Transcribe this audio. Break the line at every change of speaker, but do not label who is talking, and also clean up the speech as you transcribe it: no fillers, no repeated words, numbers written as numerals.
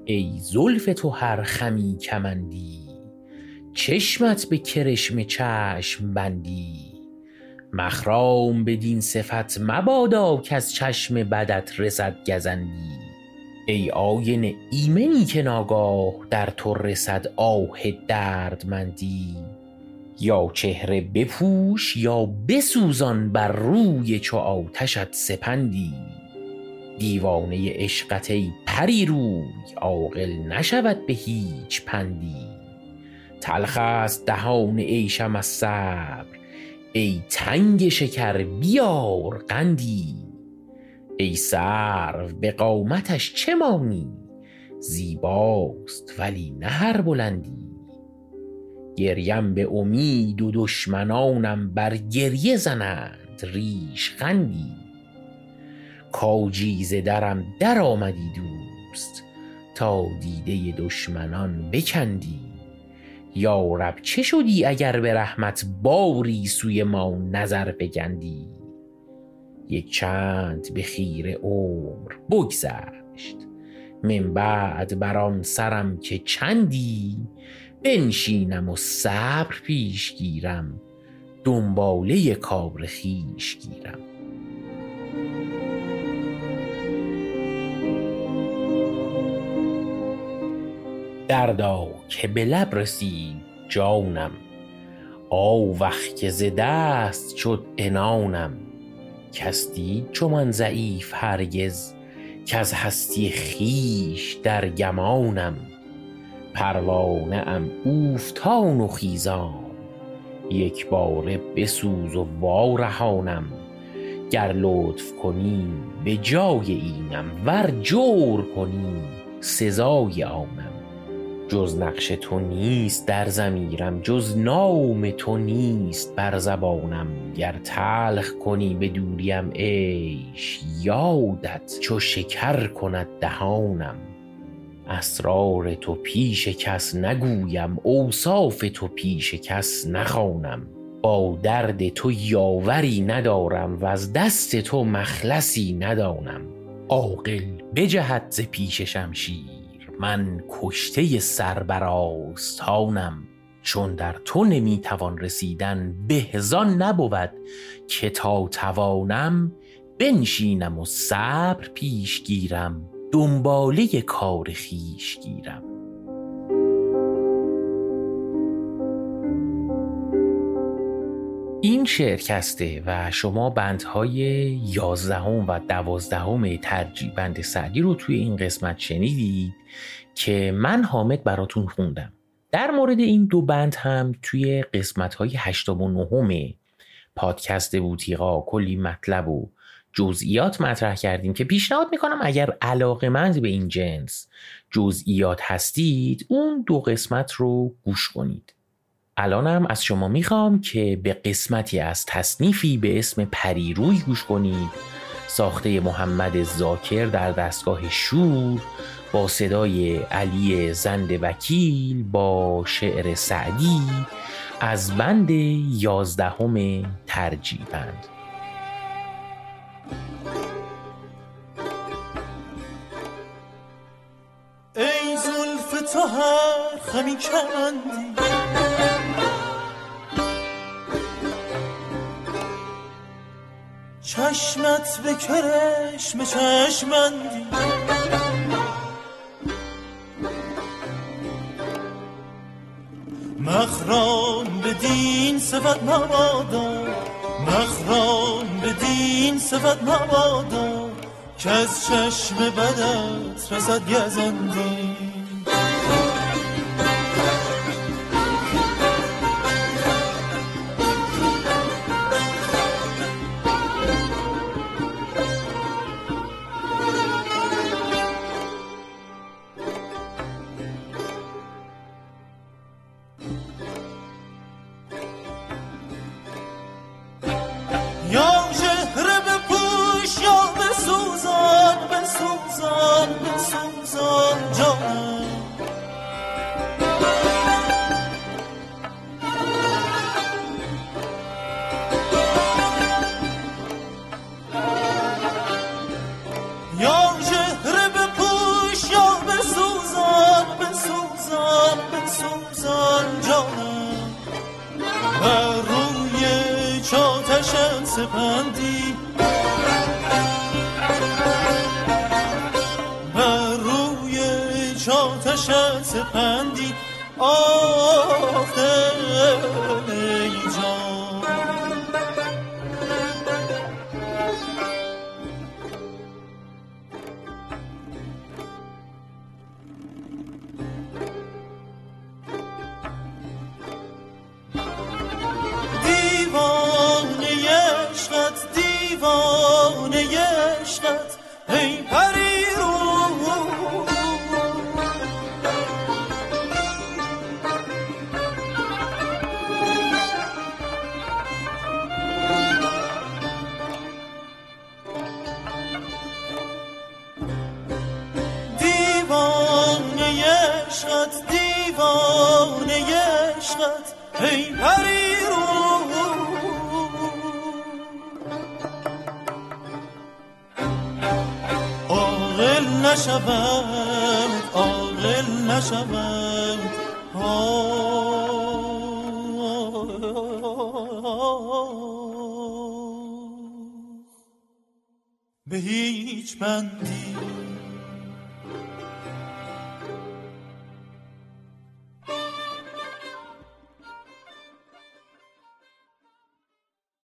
ای زلف تو هر خمی کمندی، چشمت به کرشم چشم بندی. مخرام بدین صفت مبادا که از چشم بدت رسد گزندی. ای آینه ایمنی که ناگاه در تو رسد آه دردمندی. یا چهره بپوش یا بسوزان بر روی چو آتشت سپندی. دیوانه عشقت ای پری روی، عاقل نشود به هیچ پندی. تلخ است دهان عیشم از صبر، ای تنگ شکر بیار قندی. ای سرو به قامتش چه مانی، زیباست ولی نه هر بلندی. گریم به امید و دشمنانم بر گریه زنند ریش خندی. کاجی ز درم در آمدی دوست، تا دیده دشمنان بکندی. یا رب چه شدی اگر به رحمت باری سوی ما نظر فگندی. یک چند به خیره عمر بگذشت، من بعد بر آن سرم که چندی. بنشینم و صبر پیش گیرم، دنباله کار خویش گیرم. دردا که به لب رسید جانم، آوخ که ز دست شد عنانم. کس دید چو من ضعیف هرگز، کز هستی خویش در گمانم. پروانه ام اوفتان و خیزان، یک باره بسوز و وارهانم. گر لطف کنی به جای اینم، ور جور کنی سزای آنم. جز نقش تو نیست در ضمیرم، جز نام تو نیست بر زبانم. گر تلخ کنی به دوریم عیش، یادت چو شکر کند دهانم. اسرار تو پیش کس نگویم، اوصاف تو پیش کس نخوانم. با درد تو یاوری ندارم، و از دست تو مخلصی ندانم. عاقل بجهد ز پیش شمشیر، من کشته سر بر آستانم. چون در تو نمیتوان رسیدن، به زان نبود که تا توانم. بنشینم و صبر پیش گیرم، دنباله کار خویش گیرم. این شعرکسته و شما بندهای 11 و 12 ترجیع بند سعدی رو توی این قسمت شنیدید که من حامد براتون خوندم. در مورد این دو بند هم توی قسمت‌های 8 و 9 پادکست بوتیقا کلی مطلب و جزئیات مطرح کردیم که پیشنهاد میکنم اگر علاقه‌مند به این جنس جزئیات هستید اون دو قسمت رو گوش کنید. الانم از شما میخوام که به قسمتی از تصنیفی به اسم پریروی گوش کنید، ساخته محمد ذاکر در دستگاه شور با صدای علی زند وکیل با شعر سعدی از بند 11 ترجیع بند.
ای زلف تو هر خمی کمندی، چشمت به کرشم چشمندی. مخرام به دین صفت مبادا، مخرام به دین صفت مبادا، که از چشم بدت رسد گزندی. یا چهره بپوش یا بسوزان، بسوزان، بسوزان جانم. جان سپندی بر روی چاتش سپندی آخ ای جان. دیوانه عشقت دیوانه عشقت ای پری رو دیوانه عشقت دیوانه عشقت ای پری رو عاقل نشوم عاقل نشوم به هیچ بندی